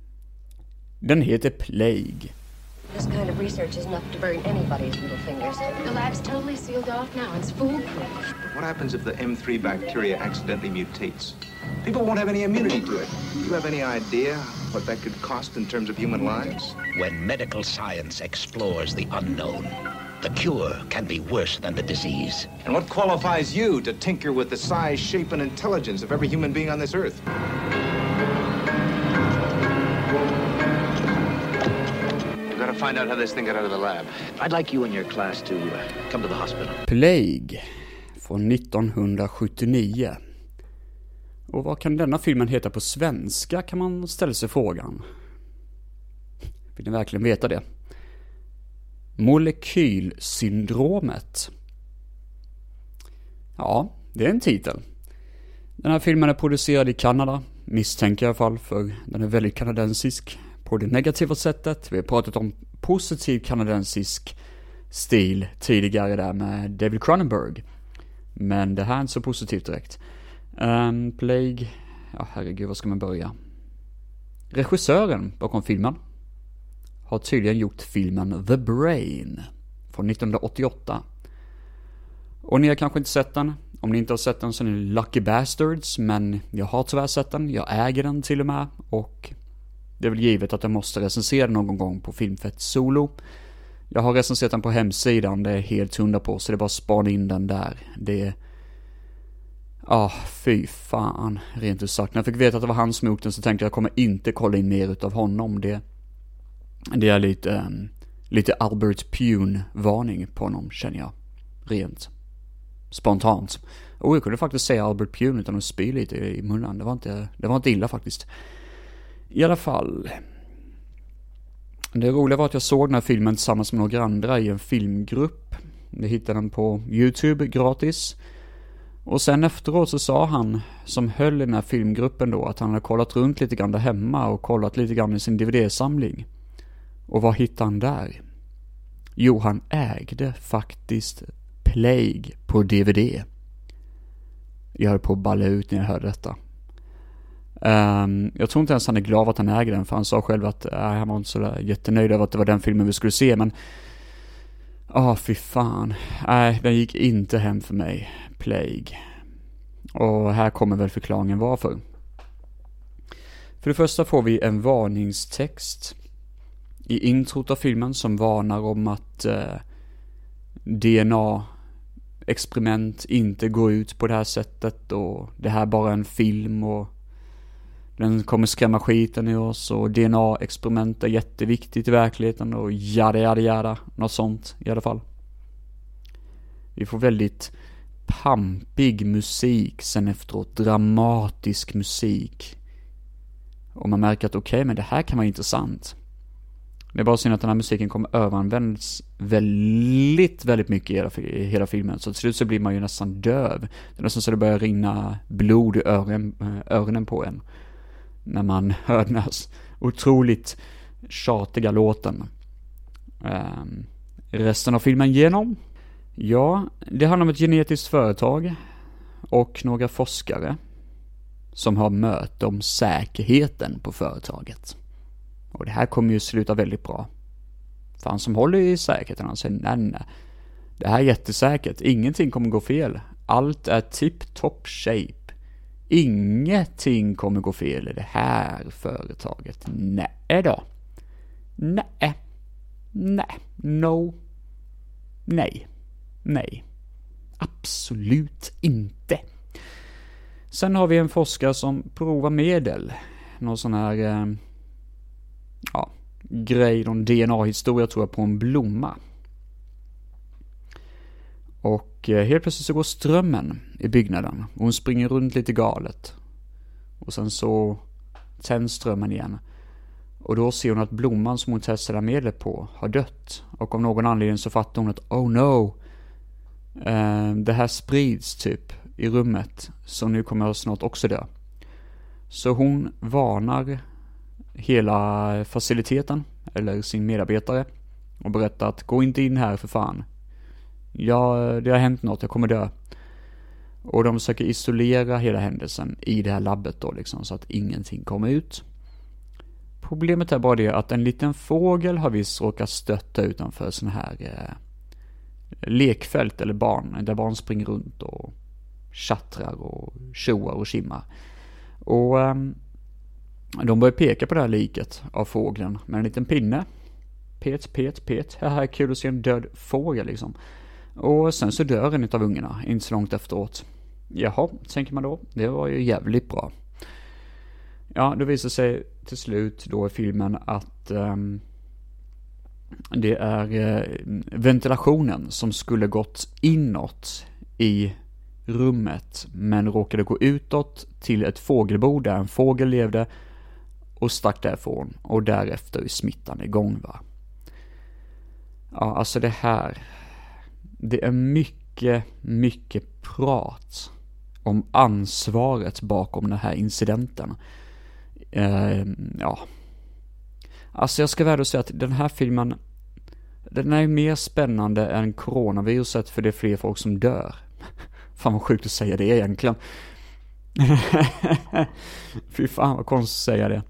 den heter Plague. This kind of research is enough to burn anybody's little fingers. The lab's totally sealed off now. It's foolproof. What happens if the M three bacteria accidentally mutates? People won't have any immunity to it. Do you have any idea what that could cost in terms of human lives? When medical science explores the unknown, the cure can be worse than the disease. And what qualifies you to tinker with the size, shape, and intelligence of every human being on this earth? Find out how this thing got out of the lab. I'd like you and your class to uh, come to the hospital. Plague från nittonhundrasjuttionio. Och vad kan denna filmen heta på svenska, kan man ställa sig frågan. Vill ni verkligen veta det? Molekylsyndromet. Ja, det är en titel. Den här filmen är producerad i Kanada, misstänker jag i alla fall, för den är väldigt kanadensisk på det negativa sättet. Vi har pratat om positiv kanadensisk stil tidigare där med David Cronenberg. Men det här är inte så positivt direkt. Um, Plague, ja herregud, vad ska man börja? Regissören bakom filmen har tydligen gjort filmen The Brain från nittonhundraåttioåtta. Och ni har kanske inte sett den. Om ni inte har sett den så är ni lucky bastards. Men jag har tyvärr sett den. Jag äger den till och med. Och det är väl givet att jag måste recensera någon gång på Filmfett Solo. Jag har recenserat den på hemsidan. Det är helt hundra på. Så det är bara att spana in den där. Det är... Ah, fy fan. Rent ut sagt. När jag fick veta att det var han som gjort den så tänkte jag att jag kommer inte kolla in mer utav honom. Det, det är lite, um, lite Albert Pune-varning på honom, känner jag. Rent. Spontant. Och jag kunde faktiskt säga Albert Pune utan att spy lite i munnen. Det var inte, det var inte illa faktiskt. I alla fall. Det roliga var att jag såg den här filmen tillsammans med några andra i en filmgrupp. Jag hittade den på YouTube gratis. Och sen efteråt så sa han som höll i den här filmgruppen då att han hade kollat runt lite grann där hemma och kollat lite grann i sin D V D-samling. Och vad hittade han där? Jo, han ägde faktiskt Plague på D V D. Jag höll på att balla ut när jag hörde detta. Um, jag tror inte ens han är glad att han äger den, för han sa själv att äh, han var inte så där jättenöjd över att det var den filmen vi skulle se, men åh, oh, fy fan. Nej, den gick inte hem för mig. Plague. Och här kommer väl förklaringen varför. För det första får vi en varningstext i introt av filmen som varnar om att eh, D N A-experiment inte går ut på det här sättet och det här är bara en film och den kommer skrämma skiten i oss och D N A-experiment är jätteviktigt i verkligheten och jada jada jada, något sånt i alla fall. Vi får väldigt pampig musik sen efteråt, dramatisk musik. Och man märker att okej, okay, men det här kan vara intressant. Det är bara synd att den här musiken kommer överanvändas väldigt, väldigt mycket i hela, i hela filmen. Så till slut så blir man ju nästan döv. Det är nästan så det börjar rinna blod i öronen, öronen på en. När man hör den här otroligt tjatiga låten. Um, resten av filmen genom. Ja, det handlar om ett genetiskt företag och några forskare som har möte om säkerheten på företaget. Och det här kommer ju sluta väldigt bra. För han som håller i säkerheten, han säger nej, nej. Det här är jättesäkert. Ingenting kommer gå fel. Allt är tip-top shape. Ingenting kommer gå fel i det här företaget. Nej då. Nej. Nej. No. Nej. Nej. Absolut inte. Sen har vi en forskare som provar medel. Någon sån här eh, ja, grej, någon D N A-historia tror jag på en blomma. Och eh, helt plötsligt så går strömmen i byggnaden. Och hon springer runt lite galet. Och sen så tänds strömmen igen. Och då ser hon att blomman som hon testade medlet på har dött. Och av någon anledning så fattar hon att oh no. Eh, det här sprids typ i rummet. Så nu kommer jag snart också dö. Så hon varnar hela faciliteten. Eller sin medarbetare. Och berättar att gå inte in här för fan. Ja, det har hänt något, jag kommer dö. Och de försöker isolera hela händelsen i det här labbet då liksom. Så att ingenting kommer ut. Problemet är bara det att en liten fågel har visst råkat stötta utanför sån här eh, lekfält eller barn. Där barn springer runt och tjattrar och tjoar och kimmar. Och eh, de börjar peka på det här liket av fågeln med en liten pinne. Pet, pet, pet. Det här är kul att se en död fågel liksom. Och sen så dör en av ungarna inte så långt efteråt. Jaha, tänker man då. Det var ju jävligt bra. Ja, det visar sig till slut då i filmen att um, det är uh, ventilationen som skulle gått inåt i rummet men råkade gå utåt till ett fågelbo där en fågel levde och stack därifrån. Och därefter är smittan igång, va. Ja, alltså det här. Det är mycket, mycket prat om ansvaret bakom den här incidenten. Uh, ja. Alltså jag ska väl säga att den här filmen, den är mer spännande än coronaviruset för det är fler folk som dör. Fan vad sjukt att säga det egentligen. Fy fan vad konstigt att säga det.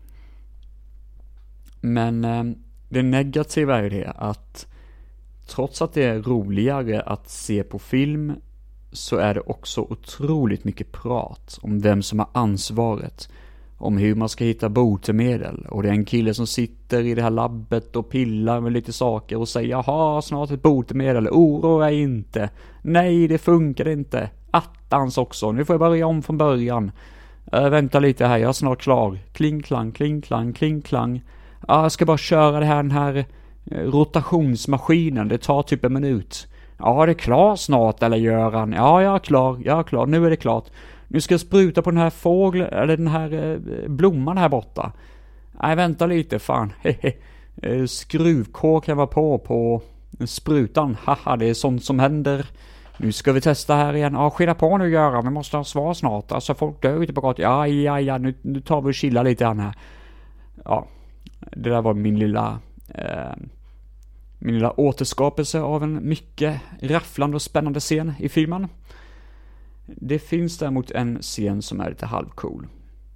Men uh, det negativa är ju det att trots att det är roligare att se på film så är det också otroligt mycket prat om vem som har ansvaret. Om hur man ska hitta botemedel. Och det är en kille som sitter i det här labbet och pillar med lite saker och säger jaha, snart ett botemedel. Oroa inte. Nej, det funkar inte. Attans också. Nu får jag börja om från början. Äh, vänta lite här, jag är snart klar. Kling, klang, kling, klang, kling, klang. Ja, jag ska bara köra det här, den här rotationsmaskinen. Det tar typ en minut. Ja, det är klart snart, eller Göran. Ja, jag är klar, jag är klar. Nu är det klart. Nu ska jag spruta på den här fågeln, eller den här eh, blomman här borta. Nej, vänta lite, fan. Skruvkåken var på på sprutan. Haha, det är sånt som händer. Nu ska vi testa här igen. Ja, skynda på nu, Göran. Vi måste ha svar snart. Alltså, folk dör ute på gatan. Ja, ja, ja. Nu, nu tar vi och chillar lite grann här. Ja, det där var min lilla... Eh, min lilla återskapelse av en mycket rafflande och spännande scen i filmen. Det finns däremot en scen som är lite halvcool.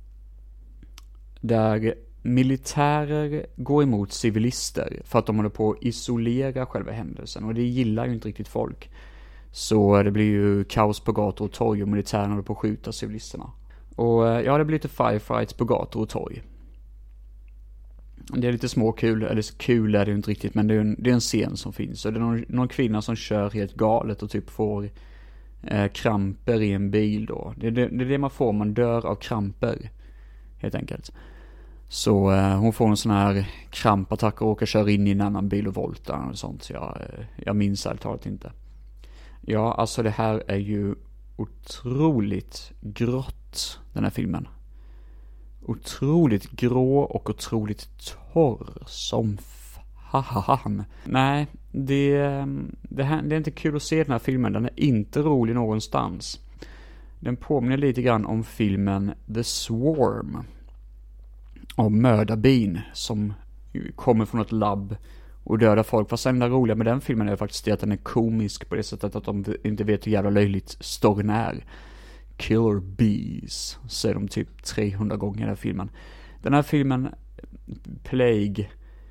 Där militärer går emot civilister för att de håller på att isolera själva händelsen. Och det gillar ju inte riktigt folk. Så det blir ju kaos på gator och torg och militärerna håller på att skjuta civilisterna. Och ja, det blir lite firefights på gator och torg. Det är lite småkul, eller kul är det ju inte riktigt, men det är en, det är en scen som finns. Och det är någon, någon kvinna som kör helt galet och typ får eh, kramper i en bil då. Det är det, det är det man får, man dör av kramper helt enkelt. Så eh, hon får en sån här krampattack och åker kör in i en annan bil och voltar och sånt. Så jag, jag minns allt talat inte. Ja, alltså det här är ju otroligt grått, den här filmen. Otroligt grå och otroligt torr som hahaha. Nej, det, det, här, det är inte kul att se den här filmen. Den är inte rolig någonstans. Den påminner lite grann om filmen The Swarm. Av mördarbin som kommer från ett labb och dödar folk. Fast det enda roliga med den filmen är faktiskt det att den är komisk på det sättet att de inte vet hur jävla löjligt storyn är. Killer bees, säger de typ trehundra gånger i den här filmen. Den här filmen, Plague,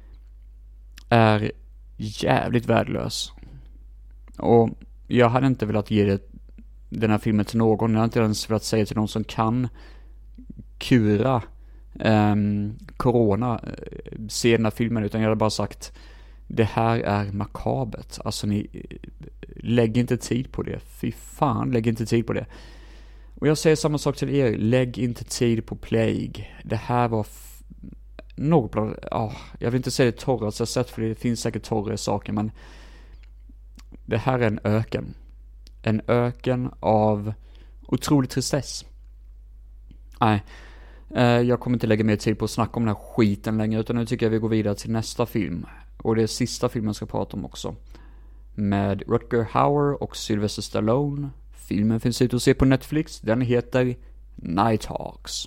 är jävligt värdelös. Och jag hade inte velat ge det, den här filmen till någon. Jag hade inte ens velat säga till någon som kan kura um, corona, se den här filmen, utan jag hade bara sagt, det här är makabert. Alltså ni, lägg inte tid på det. Fy fan, lägg inte tid på det. Och jag säger samma sak till er, lägg inte tid på Plague. Det här var f- något bland, oh, jag vill inte säga det torraste jag sett, för det finns säkert torrare saker, men det här är en öken. En öken av otrolig tristess. Nej, eh, jag kommer inte lägga mer tid på att snacka om den här skiten längre, utan nu tycker jag vi går vidare till nästa film. Och det är sista filmen jag ska prata om också. Med Rutger Hauer och Sylvester Stallone. Filmen finns ute att se på Netflix. Den heter Nighthawks.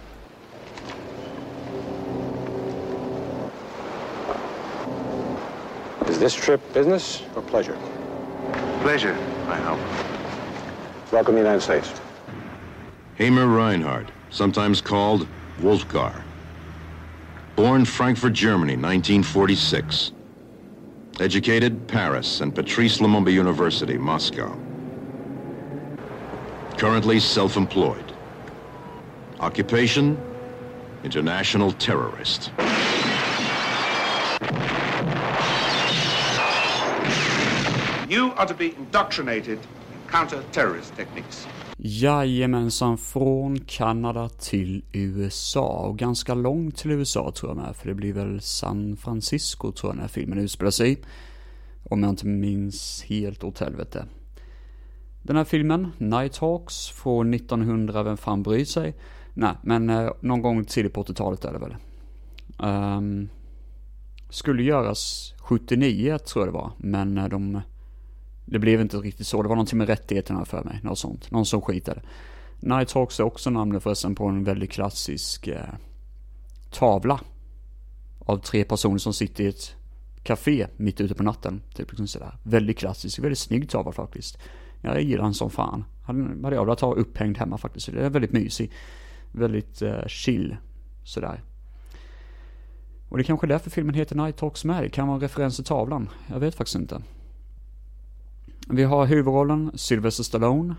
Is this trip business or pleasure? Pleasure, I hope. Welcome to the United States. Hamer Reinhardt, sometimes called Wolfgar. Born Frankfurt, Germany, nineteen forty-six. Educated Paris and Patrice Lumumba University, Moscow. Currently self-employed. Occupation, international terrorist. You are to be indoctrinated in counter-terrorist techniques. Jajamensan, från Kanada till U S A. Och ganska långt till U S A tror jag med. För det blir väl San Francisco tror jag den här filmen utspelar sig i. Om jag inte minns helt åt helvete. Den här filmen, Nighthawks, från nittonhundra, vem fan bryr sig? Nej, men eh, någon gång tidigt på åttiotalet är det väl. Um, skulle göras sjuttionio tror jag det var. Men eh, de... Det blev inte riktigt så. Det var någonting med rättigheterna för mig. Något sånt. Någon som skitade. Nighthawks är också namnet förresten på en väldigt klassisk eh, tavla. Av tre personer som sitter i ett café mitt ute på natten. Typ liksom sådär. Väldigt klassisk. Väldigt snygg tavla faktiskt. Jag gillar den som fan. Hade, hade jag velat ha upphängd hemma faktiskt. Det är väldigt mysig. Väldigt eh, chill. Sådär. Och det är kanske därför filmen heter Nighthawks med. Det kan vara en referens till tavlan. Jag vet faktiskt inte. Vi har huvudrollen Sylvester Stallone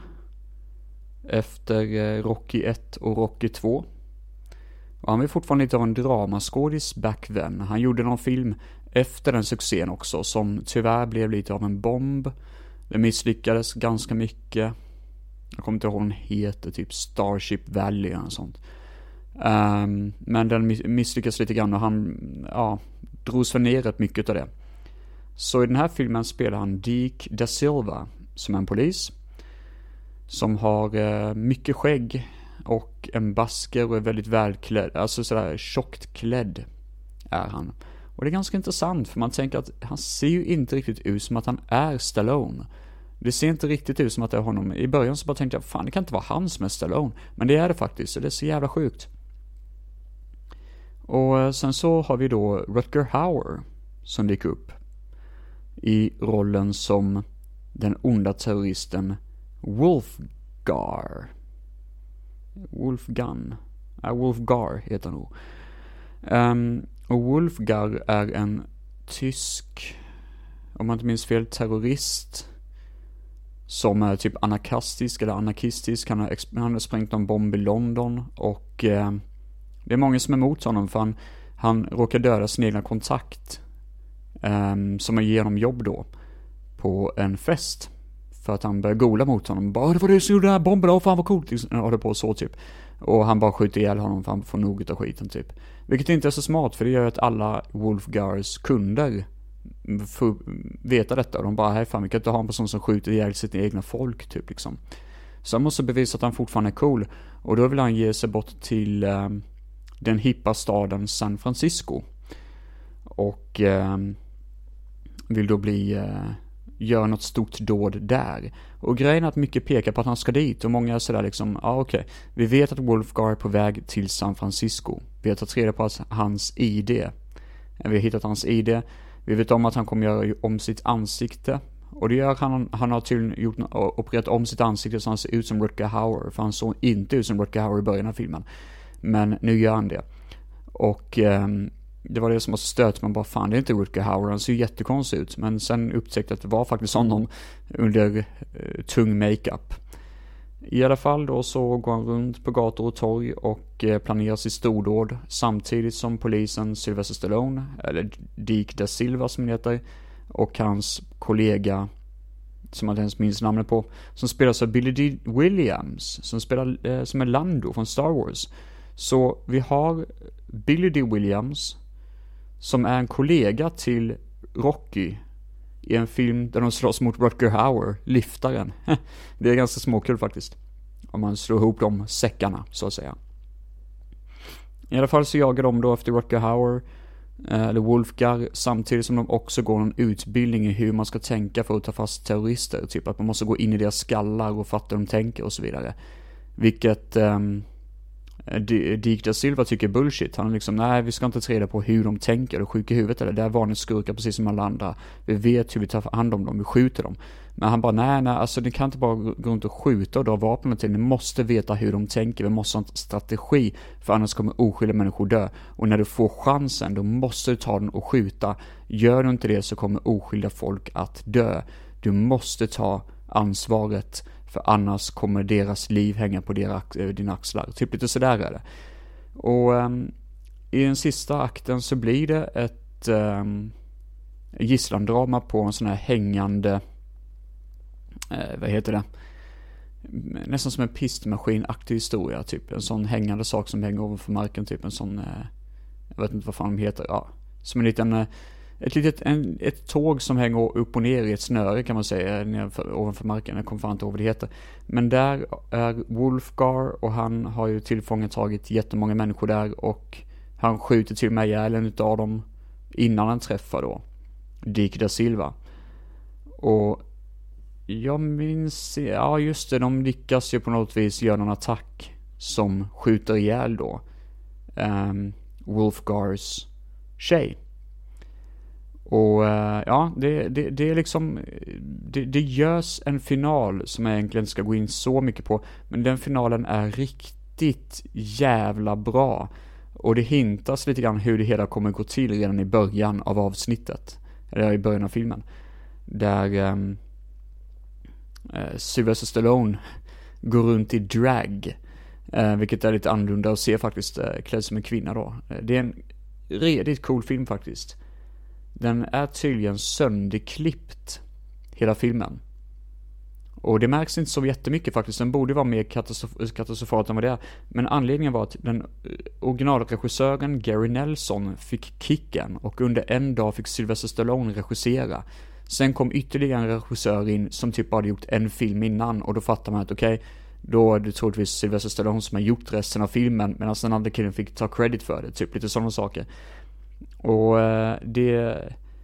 efter Rocky ett och Rocky två. Och han var fortfarande lite av en dramaskådis back then. Han gjorde någon film efter den succén också som tyvärr blev lite av en bomb. Det misslyckades ganska mycket. Jag kommer inte ihåg vad den heter, typ Starship Valley eller något sånt. Um, men den misslyckades lite grann och han ja, drogs för ner rätt mycket av det. Så i den här filmen spelar han Deke Da Silva som är en polis. Som har eh, mycket skägg och en basker och är väldigt välklädd. Alltså sådär tjockt klädd är han. Och det är ganska intressant för man tänker att han ser ju inte riktigt ut som att han är Stallone. Det ser inte riktigt ut som att det är honom. I början så bara tänkte jag, fan det kan inte vara han som är Stallone. Men det är det faktiskt, så det är så jävla sjukt. Och sen så har vi då Rutger Hauer som dyker upp i rollen som den onda terroristen Wolfgar. Wolfgun. Ja, Wolfgar heter han nog. Um, och Wolfgar är en tysk, om man inte minns fel, terrorist som är typ anarkistisk eller anarkistisk. Han har, exp- han har sprängt en bomb i London och eh, det är många som är emot honom för han, han råkar döda sin egna kontakt Um, som ger honom jobb då på en fest för att han börjar gola mot honom. Bara, det var det som gjorde den här bomben, åh fan vad coolt. Han håller på så typ. Och han bara skjuter ihjäl honom för han får nog av skiten typ. Vilket inte är så smart för det gör att alla Wolfgars kunder får veta detta. Och de bara, hej fan vi kan inte ha en person som skjuter ihjäl sitt egna folk typ liksom. Så han måste bevisa att han fortfarande är cool. Och då vill han ge sig bort till um, den hippa staden San Francisco. Och eh, vill då bli, uh, göra något stort dåd där. Och grejen är att mycket pekar på att han ska dit, och många är sådär liksom, ja ah, okej, okay. Vi vet att Wolfgar är på väg till San Francisco. Vi har tagit reda på hans I D. Vi har hittat hans I D. Vi vet om att han kommer göra om sitt ansikte. Och det gör han, han har tydligen gjort, opererat om sitt ansikte så han ser ut som Rutger Hauer. För han såg inte ut som Rutger Hauer i början av filmen. Men nu gör han det. Och eh, det var det som var så stört. Man bara, fan det är inte Rutger Hauer. Han ser ju jättekonstig ut. Men sen upptäckte att det var faktiskt honom under eh, tung makeup. I alla fall då så går han runt på gator och torg och eh, planerar sitt stordåd. Samtidigt som polisen Sylvester Stallone, eller Deke da Silva som han heter, och hans kollega som jag inte ens minns namnet på, som spelas av Billy D. Williams, som spelar eh, som är Lando från Star Wars. Så vi har Billy D. Williams som är en kollega till Rocky i en film där de slåss mot Rutger Hauer, liftaren. Det är ganska småkul faktiskt, om man slår ihop de säckarna så att säga. I alla fall så jagar de då efter Rutger Hauer eller Wolfgar, samtidigt som de också går en utbildning i hur man ska tänka för att ta fast terrorister. Typ att man måste gå in i deras skallar och fatta hur de tänker och så vidare. Vilket um, Deke da Silva tycker är bullshit. Han är liksom, nej vi ska inte ta reda på hur de tänker och sjuka i huvudet eller det är vanligt skurkar precis som alla andra. Vi vet hur vi tar hand om dem, vi skjuter dem. Men han bara, nej nej, alltså ni kan inte bara gå runt och skjuta och dra vapnen till. Ni måste veta hur de tänker, vi måste ha en strategi, för annars kommer oskyldiga människor dö. Och när du får chansen, då måste du ta den och skjuta. Gör du inte det så kommer oskyldiga folk att dö. Du måste ta ansvaret, för annars kommer deras liv hänga på dina axlar. Typ lite sådär är det. Och um, i den sista akten så blir det ett um, gisslandrama på en sån här hängande, uh, vad heter det? Nästan som en pistmaskin-aktig historia. Typ en sån hängande sak som hänger ovanför marken. Typ en sån, uh, jag vet inte vad fan de heter. Ja, som en liten... Uh, Ett litet en, ett tåg som hänger upp och ner i ett snöre kan man säga nedanför, ovanför marken. Jag kommer fan inte ihåg vad det heter. Men där är Wolfgar och han har ju tillfångatagit jättemånga människor där och han skjuter till och med ihjäl en utav dem innan han träffar då Deke da Silva. Och jag minns, ja just det, de lyckas ju på något vis göra en attack som skjuter ihjäl då um, Wolfgars tjej. Och ja, det, det, det är liksom det, det görs en final som jag egentligen ska gå in så mycket på, men den finalen är riktigt jävla bra. Och det hintas lite grann hur det hela kommer gå till redan i början av avsnittet, eller i början av filmen, där um, uh, Sylvester Stallone går runt i drag, uh, vilket är lite annorlunda och ser faktiskt uh, klädd som en kvinna då. Uh, det är en redigt cool film faktiskt. Den är tydligen sönderklippt, hela filmen. Och det märks inte så jättemycket faktiskt. Den borde vara mer katastrof- katastrofalt än vad det är. Men anledningen var att den originalregissören Gary Nelson fick kicken. Och under en dag fick Sylvester Stallone regissera. Sen kom ytterligare en regissör in som typ hade gjort en film innan. Och då fattar man att okej, okay, då är det troligtvis Sylvester Stallone som har gjort resten av filmen. Medan den andra killen fick ta credit för det. Typ lite sådana saker. Och det,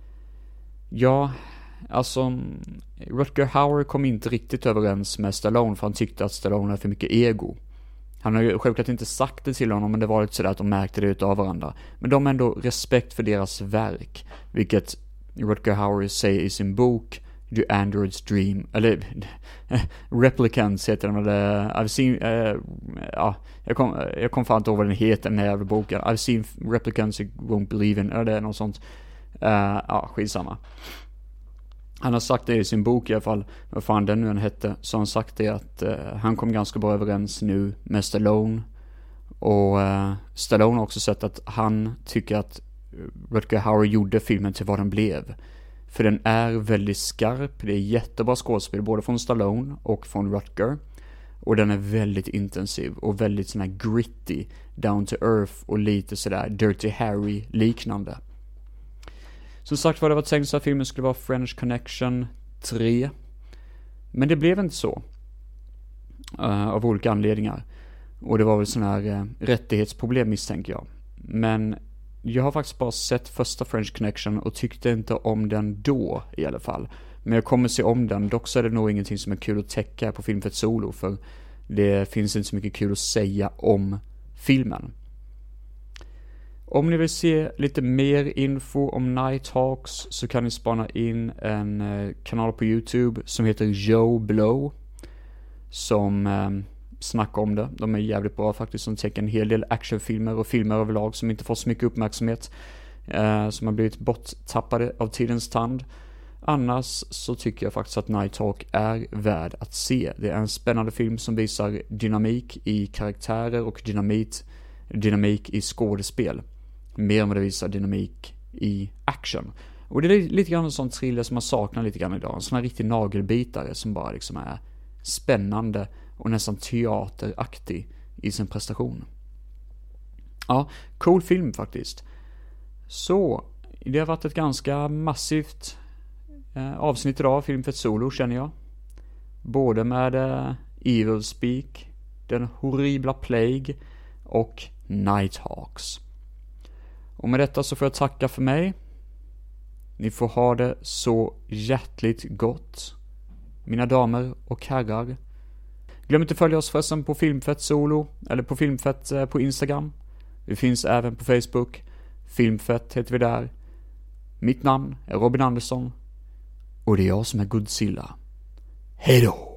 ja, alltså Rutger Hauer kom inte riktigt överens med Stallone, för han tyckte att Stallone hade för mycket ego. Han har ju självklart inte sagt det till honom, men det var lite sådär att de märkte det utav varandra. Men de har ändå respekt för deras verk, vilket Rutger Hauer säger i sin bok The Android's Dream, eller Replicants heter den, eller I've seen, uh, ja, jag kom, jag kom fan inte ihåg vad den heter, den här jävla boken. I've seen Replicants you won't believe in, eller något sånt. Uh, ja, skitsamma. Han har sagt det i sin bok i alla fall, vad fan den nu än hette, så har han sagt det att uh, han kom ganska bra överens nu med Stallone. Och uh, Stallone har också sett att han tycker att Rutger Hauer gjorde filmen till vad den blev. För den är väldigt skarp, det är jättebra skådespel både från Stallone och från Rutger. Och den är väldigt intensiv och väldigt sån här gritty, down to earth och lite sådär Dirty Harry liknande. Som sagt var, det var tänkt så att filmen skulle vara French Connection tre. Men det blev inte så. Uh, av olika anledningar. Och det var väl sån här uh, rättighetsproblem misstänker jag. Men jag har faktiskt bara sett första French Connection och tyckte inte om den då i alla fall. Men jag kommer se om den, dock så är det nog ingenting som är kul att täcka på Filmfett Solo, för det finns inte så mycket kul att säga om filmen. Om ni vill se lite mer info om Nighthawks så kan ni spana in en eh, kanal på YouTube som heter Joe Blow, som eh, snackar om det. De är jävligt bra faktiskt, som täcker en hel del actionfilmer och filmer överlag som inte får så mycket uppmärksamhet, eh, som har blivit borttappade av tidens tand. Annars så tycker jag faktiskt att Nighthawk är värd att se. Det är en spännande film som visar dynamik i karaktärer och dynamit, dynamik i skådespel. Mer än vad det visar dynamik i action. Och det är lite grann en sån thriller som man saknar lite grann idag. En sån här riktig nagelbitare som bara liksom är spännande och nästan teateraktig i sin prestation. Ja, cool film faktiskt. Så, det har varit ett ganska massivt eh, avsnitt idag, Filmfett Solo, känner jag. Både med eh, Evil Speak, Den horribla Plague och Nighthawks. Och med detta så får jag tacka för mig. Ni får ha det så hjärtligt gott, mina damer och herrar. Glöm inte att följa oss förresten på Filmfett Solo, eller på Filmfett på Instagram. Vi finns även på Facebook. Filmfett heter vi där. Mitt namn är Robin Andersson och det är jag som är Godzilla. Hej då!